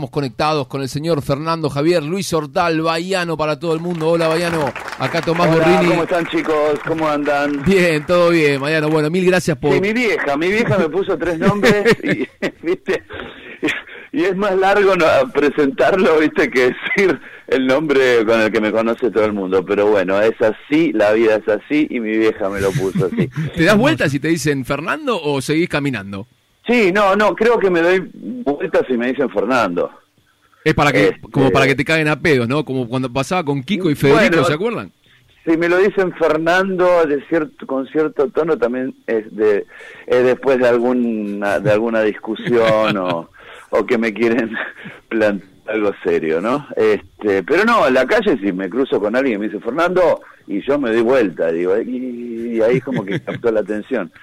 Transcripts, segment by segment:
Estamos conectados con el señor Fernando Javier Luis Hortal, Baiano para todo el mundo. Hola, Baiano. Acá Tomás Borrini. ¿Cómo están, chicos? ¿Cómo andan? Bien, todo bien, Baiano. Bueno, mil gracias por... Sí, mi vieja me puso 3 nombres y, ¿viste? Y es más largo presentarlo, ¿viste? Que decir el nombre con el que me conoce todo el mundo. Pero bueno, es así, la vida es así y mi vieja me lo puso así. ¿Te das vueltas si te dicen Fernando o seguís caminando? Sí, no, creo que me doy vueltas si me dicen Fernando. Es para que, como para que te caguen a pedos, ¿no? Como cuando pasaba con Kiko y Federico, bueno, ¿se acuerdan? Si me lo dicen Fernando con cierto tono también es después de alguna discusión o que me quieren plantear algo serio, ¿no? Pero no, en la calle si me cruzo con alguien y me dice Fernando y yo me doy vuelta, digo, y ahí como que captó la atención.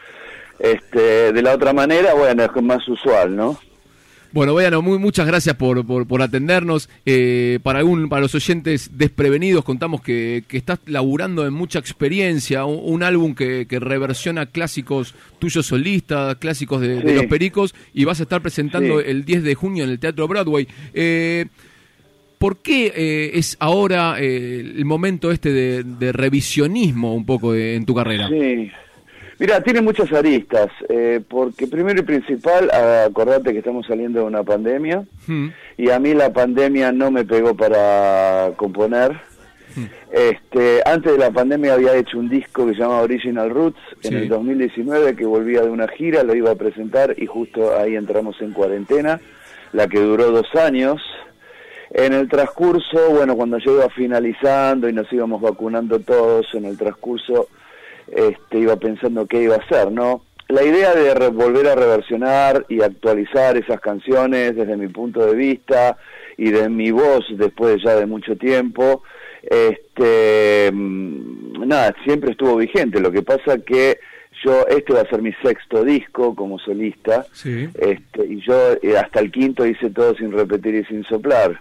De la otra manera, bueno, es más usual, ¿no? Bueno, Baiano, muchas gracias por atendernos. Para los oyentes desprevenidos, contamos que estás laburando en mucha experiencia, un álbum que reversiona clásicos tuyos solistas, clásicos de Los Pericos, y vas a estar presentando el 10 de junio en el Teatro Broadway. ¿Por qué es ahora el momento de revisionismo un poco en tu carrera? Sí. Mira, tiene muchas aristas, porque primero y principal, acordate que estamos saliendo de una pandemia, y a mí la pandemia no me pegó para componer. Antes de la pandemia había hecho un disco que se llama Original Roots, en el 2019, que volvía de una gira, lo iba a presentar, y justo ahí entramos en cuarentena, la que duró 2 años. En el transcurso, bueno, cuando yo iba finalizando y nos íbamos vacunando todos, en el transcurso... iba pensando qué iba a hacer, ¿no? La idea de volver a reversionar y actualizar esas canciones desde mi punto de vista y de mi voz después ya de mucho tiempo, nada, siempre estuvo vigente. Lo que pasa que este va a ser mi 6º disco como solista, y yo hasta el 5º hice todo sin repetir y sin soplar.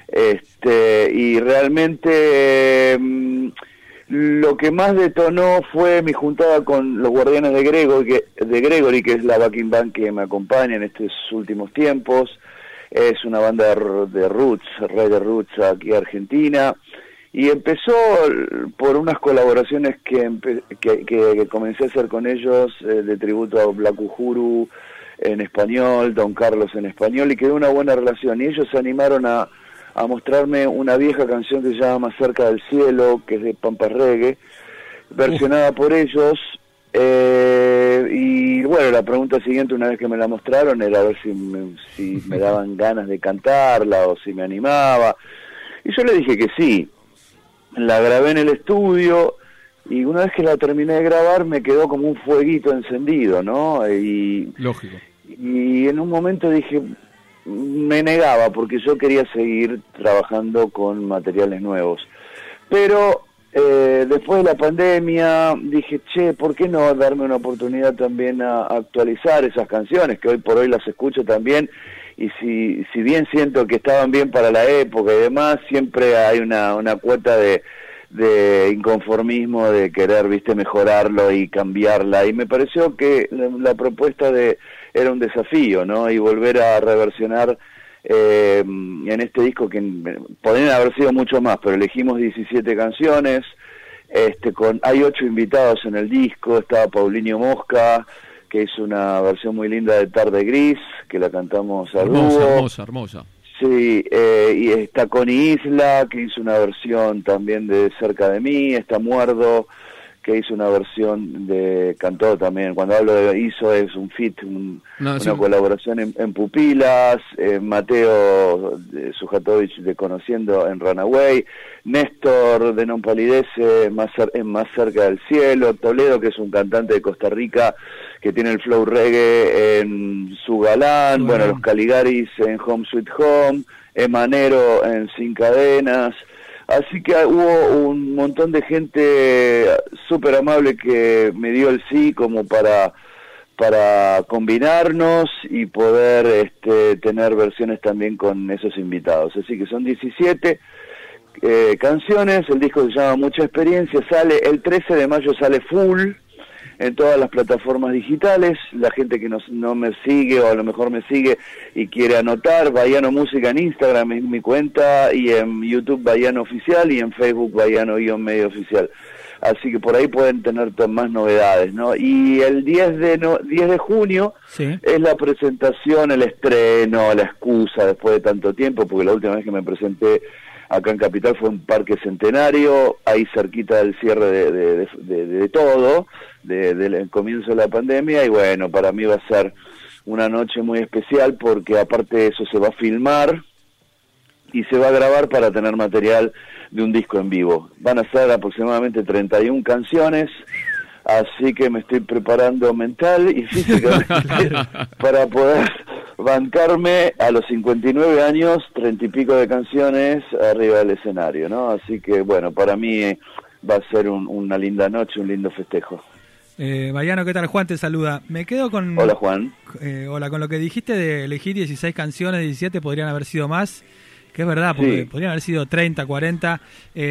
Y realmente... lo que más detonó fue mi juntada con los Guardianes de Gregory, que es la backing band que me acompaña en estos últimos tiempos. Es una banda de roots, reggae roots aquí en Argentina. Y empezó por unas colaboraciones que comencé a hacer con ellos, de tributo a Black Uhuru en español, Don Carlos en español, y quedó una buena relación. Y ellos se animaron a mostrarme una vieja canción que se llama Más cerca del cielo, que es de Pampas Reggae, versionada por ellos, y bueno, la pregunta siguiente una vez que me la mostraron era a ver si me daban ganas de cantarla o si me animaba, y yo le dije que sí. La grabé en el estudio y una vez que la terminé de grabar me quedó como un fueguito encendido, ¿no? Lógico. Y en un momento dije... me negaba porque yo quería seguir trabajando con materiales nuevos, pero después de la pandemia dije, ¿por qué no darme una oportunidad también a actualizar esas canciones que hoy por hoy las escucho también? Y si bien siento que estaban bien para la época y demás, siempre hay una cuota de inconformismo, de querer, mejorarlo y cambiarla, y me pareció que la propuesta era un desafío, ¿no? Y volver a reversionar en este disco, que podrían haber sido mucho más, pero elegimos 17 canciones, hay 8 invitados en el disco. Estaba Paulinho Mosca, que hizo una versión muy linda de Tarde Gris, que la cantamos a dúo. Hermosa. Sí, y está Connie Isla, que hizo una versión también de Cerca de mí. Está Muerdo, que hizo una versión cantó también, cuando hablo de hizo es un feat, una colaboración en Pupilas. Mateo Sujatovich de Conociendo en Runaway, Néstor de Non Palidece en Más cerca del cielo, Toledo, que es un cantante de Costa Rica que tiene el flow reggae en Su Galán, bueno, los Caligaris en Home Sweet Home, Emanero en Sin Cadenas. Así que hubo un montón de gente súper amable que me dio el sí como para combinarnos y poder tener versiones también con esos invitados. Así que son 17 canciones, el disco se llama Mucha Experiencia, sale el 13 de mayo, sale full, en todas las plataformas digitales. La gente que no me sigue, o a lo mejor me sigue y quiere anotar, Bahiano Música en Instagram es mi cuenta, y en YouTube Bahiano Oficial, y en Facebook Bahiano-Medio Oficial. Así que por ahí pueden tener más novedades, ¿no? Y el 10 de junio es la presentación, el estreno, la excusa después de tanto tiempo, porque la última vez que me presenté acá en Capital fue en Parque Centenario, ahí cerquita del cierre de todo, del comienzo de la pandemia, y bueno, para mí va a ser una noche muy especial, porque aparte de eso se va a filmar y se va a grabar para tener material de un disco en vivo. Van a ser aproximadamente 31 canciones, así que me estoy preparando mental y físicamente para poder bancarme a los 59 años, 30 y pico de canciones arriba del escenario, ¿no? Así que bueno, para mí va a ser una linda noche, un lindo festejo. Bahiano, ¿qué tal? Juan te saluda. Me quedo con... Hola, Juan. Hola, con lo que dijiste de elegir 16 canciones, 17 podrían haber sido más. Que es verdad, porque podrían haber sido 30, 40.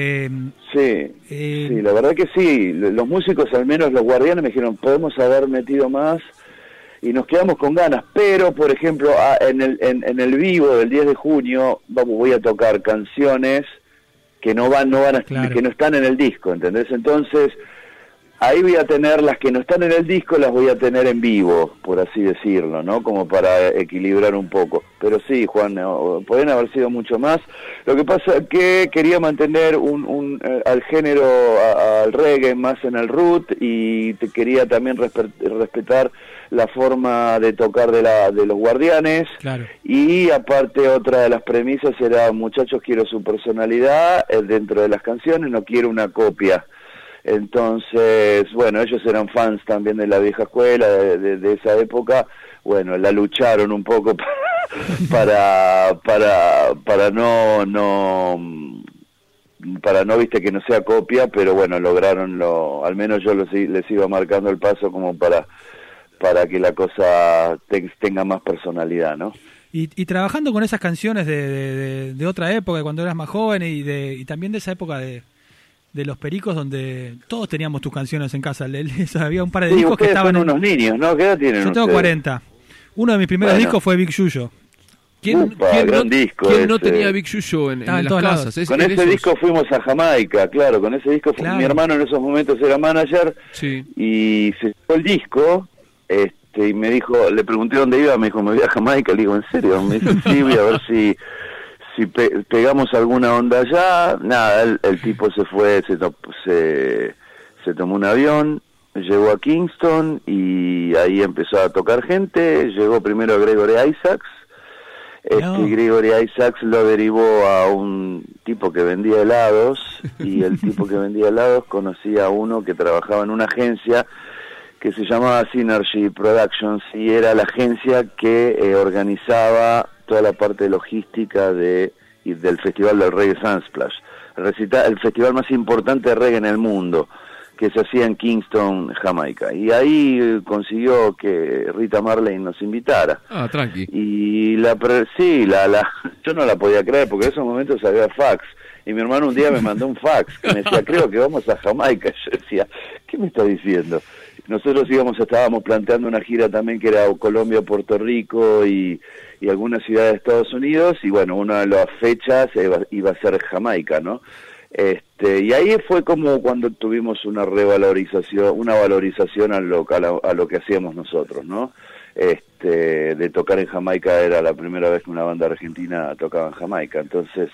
Sí, la verdad que sí. Los músicos, al menos los Guardianes, me dijeron, podemos haber metido más, y nos quedamos con ganas. Pero, por ejemplo, en el vivo del 10 de junio voy a tocar canciones que no van a, claro, que no están en el disco, ¿entendés? Entonces, ahí voy a tener las que no están en el disco, las voy a tener en vivo, por así decirlo, ¿no? Como para equilibrar un poco. Pero sí, Juan, podrían haber sido mucho más. Lo que pasa es que quería mantener al género, al reggae más en el root, y quería también respetar la forma de tocar de los Guardianes. Claro. Y aparte, otra de las premisas era, muchachos, quiero su personalidad dentro de las canciones, no quiero una copia. Entonces, bueno, ellos eran fans también de la vieja escuela, de esa época. Bueno, la lucharon un poco para no, viste, que no sea copia, pero bueno, lograron al menos yo les iba marcando el paso como para que la cosa tenga más personalidad, ¿no? Y trabajando con esas canciones de otra época, cuando eras más joven, y también de esa época de los Pericos, donde todos teníamos tus canciones en casa. Había un par de discos que estaban... Son unos niños, ¿no? ¿Qué edad tienen Yo tengo ustedes? 40. Uno de mis primeros discos fue Big Yuyo. ¿Quién no tenía Big Yuyo en las casas? Con ese disco fuimos a Jamaica, claro, con ese disco mi hermano en esos momentos era manager, y se sacó el disco, y me dijo, le pregunté dónde iba, me dijo, me voy a Jamaica. Le digo, ¿en serio? Me dice, sí, voy a ver si pegamos alguna onda allá. Nada, el tipo se fue, se tomó un avión, llegó a Kingston, y ahí empezó a tocar gente. Llegó primero Gregory Isaacs, Gregory Isaacs lo derivó a un tipo que vendía helados, y el tipo que vendía helados conocía a uno que trabajaba en una agencia que se llamaba Synergy Productions, y era la agencia que organizaba toda la parte logística del Festival del Reggae Sunsplash, el festival más importante de reggae en el mundo, que se hacía en Kingston, Jamaica. Y ahí consiguió que Rita Marley nos invitara. Ah, tranqui. Y yo no la podía creer, porque en esos momentos había fax. Y mi hermano un día me mandó un fax que me decía, creo que vamos a Jamaica. Yo decía, ¿qué me está diciendo? Nosotros estábamos planteando una gira también que era Colombia, Puerto Rico y algunas ciudades de Estados Unidos, y bueno, una de las fechas iba a ser Jamaica, ¿no? Y ahí fue como cuando tuvimos una valorización a lo que hacíamos nosotros, ¿no? De tocar en Jamaica, era la primera vez que una banda argentina tocaba en Jamaica. Entonces,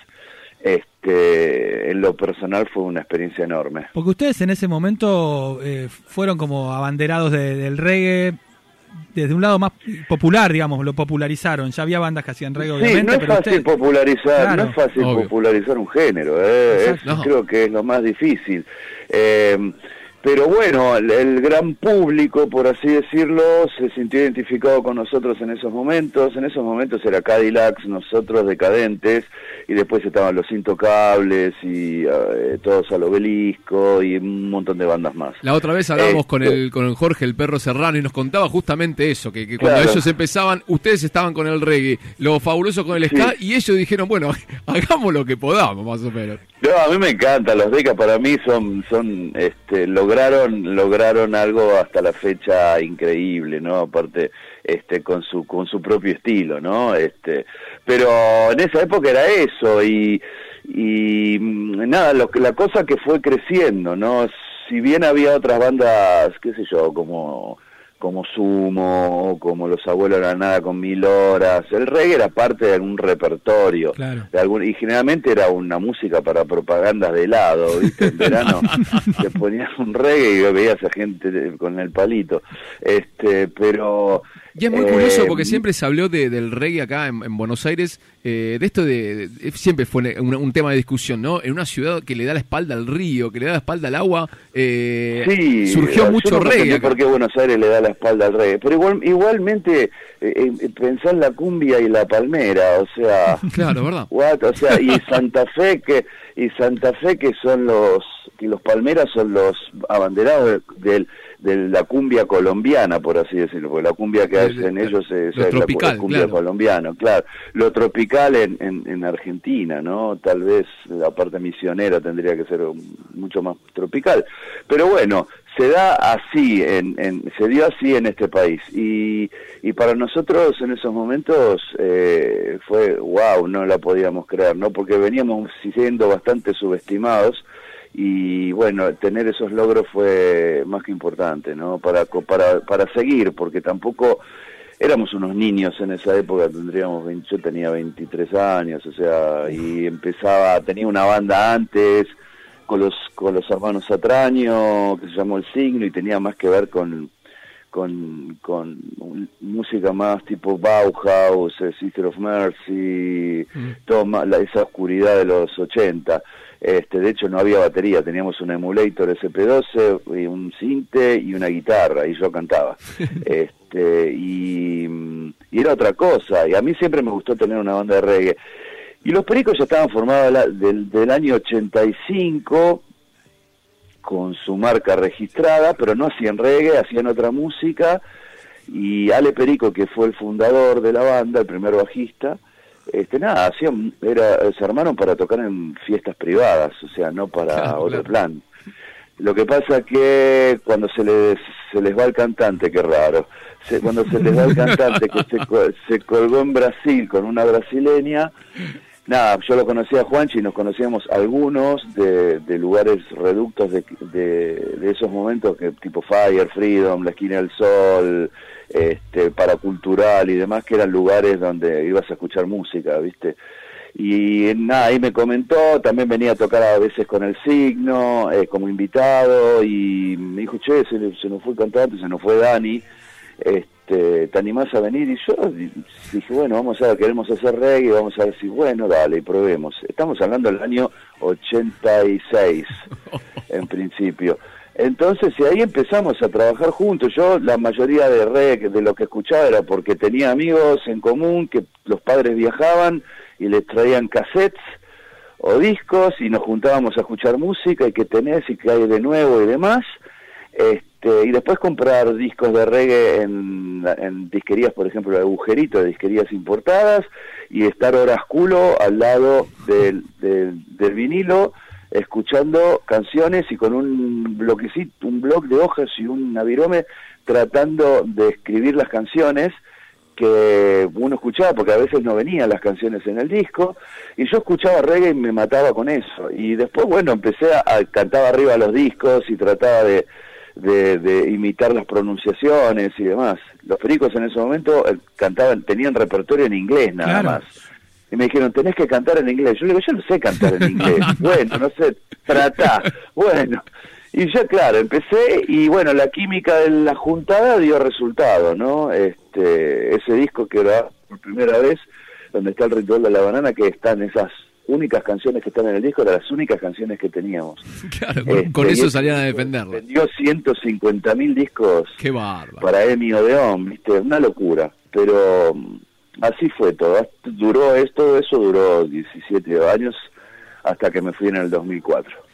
en lo personal fue una experiencia enorme. Porque ustedes en ese momento fueron como abanderados del reggae, desde un lado más popular, digamos, lo popularizaron. Ya había bandas que hacían reggae, obviamente. No es fácil popularizar, no es fácil popularizar un género, creo que es lo más difícil. Pero bueno, el gran público, por así decirlo, se sintió identificado con nosotros en esos momentos. En esos momentos era Cadillacs, nosotros Decadentes, y después estaban Los Intocables, y Todos al Obelisco, y un montón de bandas más. La otra vez hablábamos con el Jorge, el Perro Serrano, y nos contaba justamente eso, que cuando ellos empezaban, ustedes estaban con el reggae, lo fabuloso con el ska, y ellos dijeron, bueno, hagamos lo que podamos, más o menos. No, a mí me encanta, los Decas para mí son lograron algo hasta la fecha increíble, ¿no? Aparte, con su propio estilo, ¿no? Pero en esa época era eso, y nada, la cosa que fue creciendo, ¿no? Si bien había otras bandas, qué sé yo, como Sumo, como Los Abuelos de la Nada con 1000 horas, el reggae era parte de algún repertorio, claro. Y generalmente era una música para propagandas de helado, ¿viste? En verano te ponías un reggae y veías a gente con el palito, pero... Y es muy curioso porque siempre se habló del reggae acá en Buenos Aires, de esto siempre fue un tema de discusión, ¿no? En una ciudad que le da la espalda al río, que le da la espalda al agua, sí, surgió mucho reggae. ¿Por qué Buenos Aires le da la espalda al reggae? Pero igualmente pensá en la cumbia y la palmera, o sea... Claro, ¿verdad? O sea, y Santa Fe que son que los palmeras son los abanderados de la cumbia colombiana, por así decirlo, porque la cumbia que hacen ellos es tropical, la cumbia claro. colombiana, claro. Lo tropical en Argentina, ¿no? Tal vez la parte misionera tendría que ser mucho más tropical. Pero bueno, se da así, se dio así en este país. Y para nosotros en esos momentos fue wow, no la podíamos creer, ¿no? Porque veníamos siendo bastante subestimados. Y bueno, tener esos logros fue más que importante, ¿no? Para seguir, porque tampoco éramos unos niños en esa época, yo tenía 23 años, o sea, y tenía una banda antes con los hermanos Atraño, que se llamó El Signo, y tenía más que ver con música más tipo Bauhaus, Sister of Mercy, esa oscuridad de los 80. De hecho no había batería, teníamos un emulator SP12, y un sinte y una guitarra, y yo cantaba. Y era otra cosa, y a mí siempre me gustó tener una banda de reggae. Y los Pericos ya estaban formados del año 85, con su marca registrada, pero no hacían reggae, hacían otra música, y Ale Perico, que fue el fundador de la banda, el primer bajista, se armaron para tocar en fiestas privadas, o sea, no para otro plan. Lo que pasa que cuando se les va el cantante, qué raro, cuando se les va el cantante que se colgó en Brasil con una brasileña, nada, yo lo conocía a Juanchi y nos conocíamos algunos de lugares reductos de esos momentos, que tipo Fire, Freedom, La Esquina del Sol, Paracultural y demás, que eran lugares donde ibas a escuchar música, ¿viste? Y nada, ahí me comentó, también venía a tocar a veces con El Signo, como invitado, y me dijo, che, se nos fue el cantante, se nos fue Dani, ¿te animás a venir? Y yo dije, bueno, queremos hacer reggae, vamos a ver si, bueno, dale, y probemos. Estamos hablando del año 86, en principio. Entonces, y ahí empezamos a trabajar juntos. Yo, la mayoría de reggae, de lo que escuchaba, era porque tenía amigos en común, que los padres viajaban y les traían cassettes o discos, y nos juntábamos a escuchar música, y qué tenés, y qué hay de nuevo y demás. Y después comprar discos de reggae en disquerías, por ejemplo, de Agujerito, de disquerías importadas, y estar horas culo al lado del vinilo, escuchando canciones y con un bloc de hojas y un avirome, tratando de escribir las canciones que uno escuchaba, porque a veces no venían las canciones en el disco, y yo escuchaba reggae y me mataba con eso. Y después, bueno, empecé a cantar arriba los discos y trataba de imitar las pronunciaciones y demás. Los Pericos en ese momento tenían repertorio en inglés nada más. Y me dijeron, tenés que cantar en inglés. Yo le digo, yo no sé cantar en inglés. Bueno, no sé, tratá. Bueno, y ya claro, empecé, y bueno, la química de la juntada dio resultado, ¿no? Ese disco que era por primera vez, donde está El Ritual de la Banana, que están esas únicas canciones que están en el disco, eran las únicas canciones que teníamos. Claro, con eso salían a defenderlo. Vendió 150.000 discos. Qué bárbaro. Para Emi Odeón, ¿viste? Una locura, pero así fue todo. Todo eso duró 17 años, hasta que me fui en el 2004.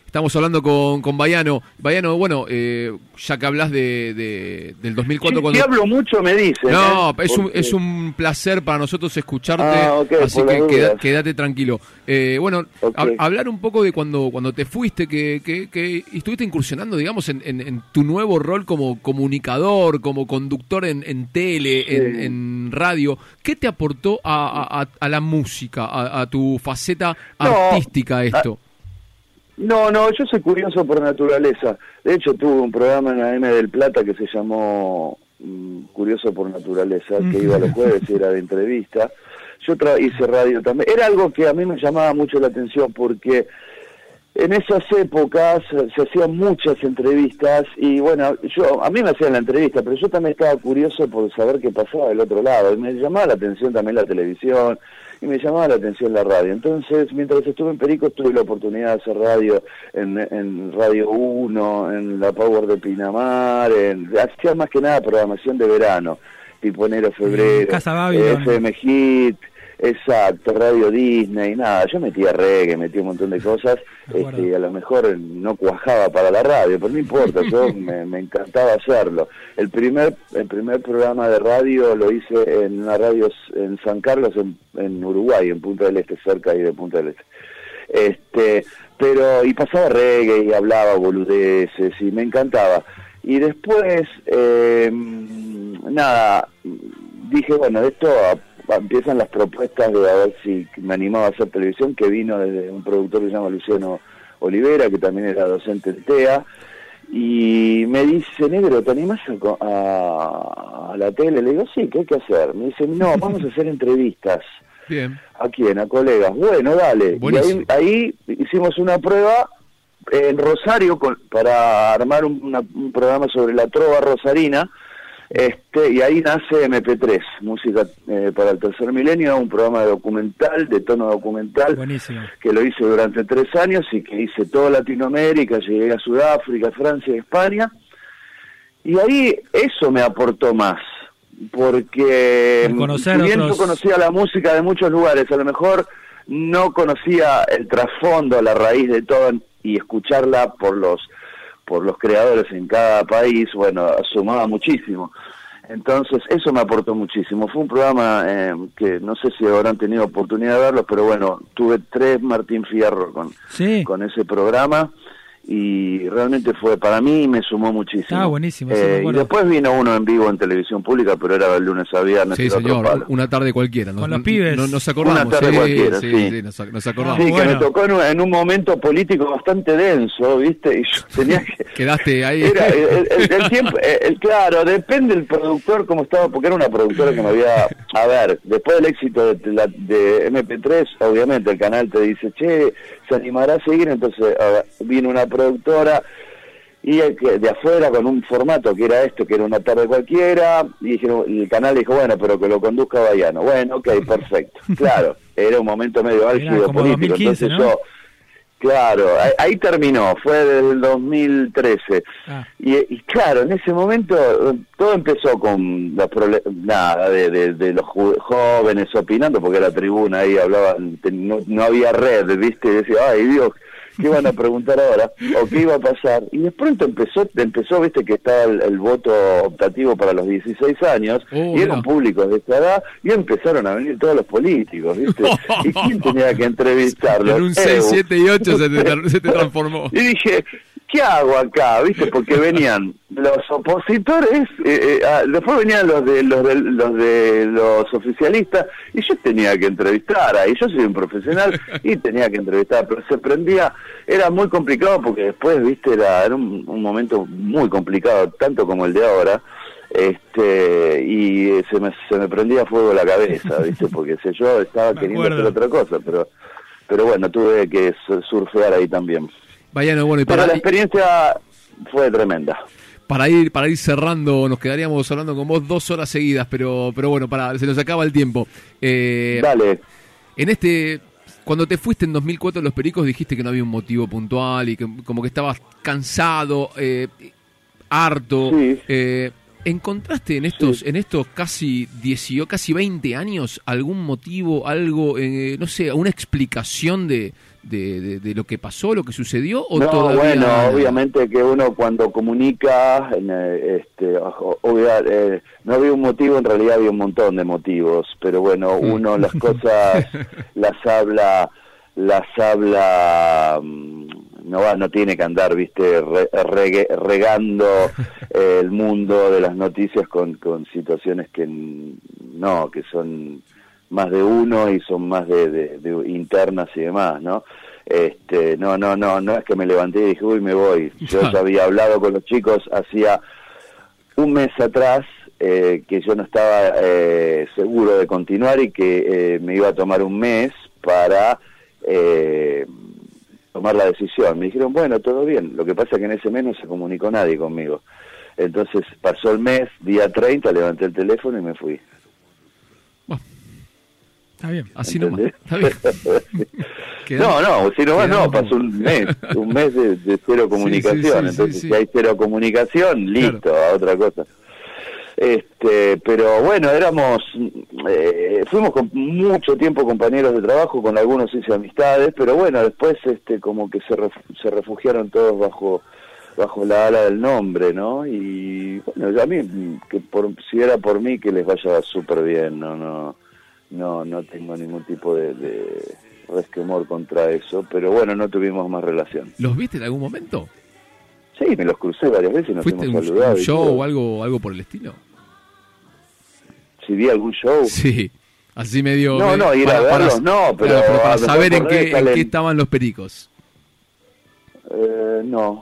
Estamos hablando con Baiano. Baiano, bueno, ya que hablas del 2004... Si hablo mucho me dicen. No, es un placer para nosotros escucharte, así que quédate tranquilo. Bueno, hablar un poco de cuando te fuiste, que estuviste incursionando, digamos, en tu nuevo rol como comunicador, como conductor en tele, en radio. ¿Qué te aportó a la música, a tu faceta artística esto? No, yo soy curioso por naturaleza. De hecho, tuve un programa en la M del Plata que se llamó Curioso por Naturaleza, que iba los jueves y era de entrevista. Yo hice radio también. Era algo que a mí me llamaba mucho la atención porque en esas épocas se hacían muchas entrevistas y bueno, a mí me hacían la entrevista, pero yo también estaba curioso por saber qué pasaba del otro lado. Y me llamaba la atención también la televisión y me llamaba la atención la radio. Entonces, mientras estuve en Perico, tuve la oportunidad de hacer radio en Radio 1, en la Power de Pinamar, hacía más que nada programación de verano, tipo enero, febrero, FM Hit. Exacto, Radio Disney, nada, yo metía reggae, metía un montón de cosas, y a lo mejor no cuajaba para la radio, pero no importa, yo me encantaba hacerlo. El primer programa de radio lo hice en una radio en San Carlos, en Uruguay, en Punta del Este, cerca ahí de Punta del Este. Y pasaba reggae y hablaba boludeces y me encantaba. Y después, dije, bueno, esto empiezan las propuestas de a ver si me animaba a hacer televisión, que vino desde un productor que se llama Luciano Olivera, que también era docente en TEA, y me dice, negro, ¿te animás a la tele? Le digo, sí, ¿qué hay que hacer? Me dice, no, vamos a hacer entrevistas. Bien. ¿A quién? A colegas. Bueno, dale. Buenísimo. Y ahí hicimos una prueba en Rosario para armar un programa sobre la trova rosarina. Y ahí nace MP3, Música para el Tercer Milenio, un programa de documental, de tono documental. Buenísimo. Que lo hice durante 3 años y que hice toda Latinoamérica, llegué a Sudáfrica, Francia y España. Y ahí eso me aportó más, porque si bien yo conocía la música de muchos lugares, a lo mejor no conocía el trasfondo, la raíz de todo, y escucharla por los creadores en cada país, bueno, sumaba muchísimo. Entonces, eso me aportó muchísimo. Fue un programa que no sé si habrán tenido oportunidad de verlo, pero bueno, tuve 3 Martín Fierro con ese programa, y realmente para mí me sumó muchísimo. Buenísimo. Y después vino uno en vivo en televisión pública, pero era de lunes a viernes. Sí, señor, una tarde cualquiera. Con los pibes. Nos acordamos. Una tarde cualquiera, sí. Nos acordamos. Sí, que me tocó en un momento político bastante denso, ¿viste? Y yo tenía que... Quedaste ahí. Era el tiempo, claro, depende del productor cómo estaba, porque era una productora que me había... A ver, después del éxito de MP3, obviamente el canal te dice, che, ¿se animará a seguir? Entonces vino una productora y de afuera con un formato que era que era una tarde cualquiera, y el canal dijo, bueno, pero que lo conduzca Baiano. Bueno, ok, perfecto. Claro, era un momento medio álgido político, 2015, entonces ¿no? Claro, ahí terminó, fue del 2013. Y claro, en ese momento todo empezó con los problemas, de los jóvenes opinando, porque la tribuna ahí hablaban, no había red, ¿viste? Y decía, ay Dios, ¿qué van a preguntar ahora? ¿O qué iba a pasar? Y de pronto empezó, viste, que estaba el voto optativo para los 16 años, y eran públicos de esta edad, y empezaron a venir todos los políticos, ¿viste? ¿Y quién tenía que entrevistarlos? En un 6, 7 y 8 se te transformó. Y dije, ¿qué hago acá? ¿Viste? Porque venían los opositores, después venían los de los oficialistas, y yo tenía que entrevistar ahí. Yo soy un profesional y tenía que entrevistar, pero se prendía, era muy complicado porque después, ¿viste? Era un momento muy complicado, tanto como el de ahora. Y se me prendía fuego la cabeza, ¿viste? Porque yo estaba queriendo hacer otra cosa, pero bueno, tuve que surfear ahí también. Baiano, bueno, pero la experiencia fue tremenda. Para ir cerrando, nos quedaríamos hablando con vos 2 horas seguidas, pero bueno, se nos acaba el tiempo. Dale. Cuando te fuiste en 2004 Los Pericos, dijiste que no había un motivo puntual y que como que estabas cansado, harto. Sí. ¿Encontraste en estos casi 20 años algún motivo, algo, no sé, una explicación de de lo que pasó, lo que sucedió, o no, todavía... Bueno, obviamente que uno cuando comunica, no había un motivo, en realidad había un montón de motivos, pero bueno, uno las cosas las habla, no tiene que andar, viste, regando el mundo de las noticias con situaciones que son más de uno y son más de internas y demás, ¿no? No es que me levanté y dije, uy, me voy. Yo ya había hablado con los chicos hacía un mes atrás, que yo no estaba seguro de continuar y que me iba a tomar un mes para tomar la decisión. Me dijeron, bueno, todo bien. Lo que pasa es que en ese mes no se comunicó nadie conmigo. Entonces pasó el mes, día 30, levanté el teléfono y me fui. Está bien, así nomás. Está bien. Así nomás no, pasó un mes de cero comunicación. Entonces, si hay cero comunicación, listo, claro, a otra cosa. Pero bueno, fuimos con mucho tiempo compañeros de trabajo, con algunos hice amistades, pero bueno, después como que se refugiaron todos bajo la ala del nombre, ¿no? Y bueno, a mí, si era por mí, que les vaya súper bien, no tengo ningún tipo de resquemor contra eso, pero bueno, no tuvimos más relación. ¿Los viste en algún momento? Sí, me los crucé varias veces y nos hemos saludado. ¿Un show o algo por el estilo? Si vi algún show. Sí, así medio... No, ir a verlos, pero para saber en qué estaban los Pericos. No,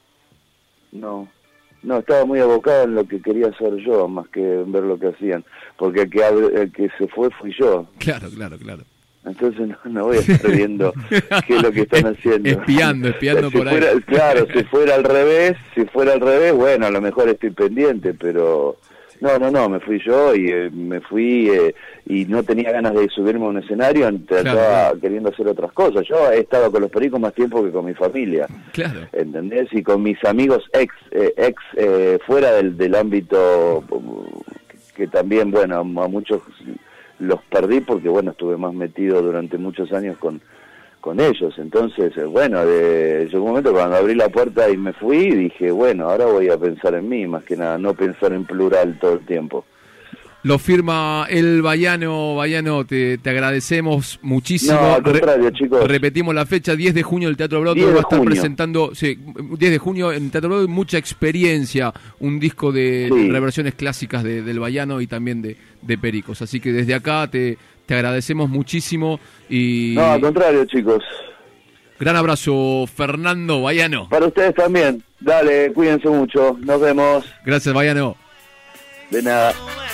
estaba muy abocado en lo que quería hacer yo, más que en ver lo que hacían, porque el que se fue fui yo. Claro. Entonces no voy a estar viendo qué es lo que están haciendo. Espiando por ahí. Claro, si fuera al revés, bueno, a lo mejor estoy pendiente, pero... No, me fui yo y y no tenía ganas de subirme a un escenario, estaba queriendo hacer otras cosas. Yo he estado con los Pericos más tiempo que con mi familia, claro, ¿entendés? Y con mis amigos ex fuera del ámbito, que también, bueno, a muchos los perdí porque, bueno, estuve más metido durante muchos años con ellos. Entonces, bueno, llegó un momento cuando abrí la puerta y me fui, dije, bueno, ahora voy a pensar en mí, más que nada, no pensar en plural todo el tiempo. Lo firma el Bayano, te agradecemos muchísimo. No, al contrario, chicos. Repetimos la fecha, 10 de junio el Teatro Broadway va a estar presentando, 10 de junio en Teatro Broadway, mucha experiencia, un disco de reversiones clásicas del Bayano y también de Pericos. Así que desde acá te agradecemos muchísimo y... No, al contrario, chicos. Gran abrazo, Fernando Bayano. Para ustedes también. Dale, cuídense mucho. Nos vemos. Gracias, Bayano. De nada.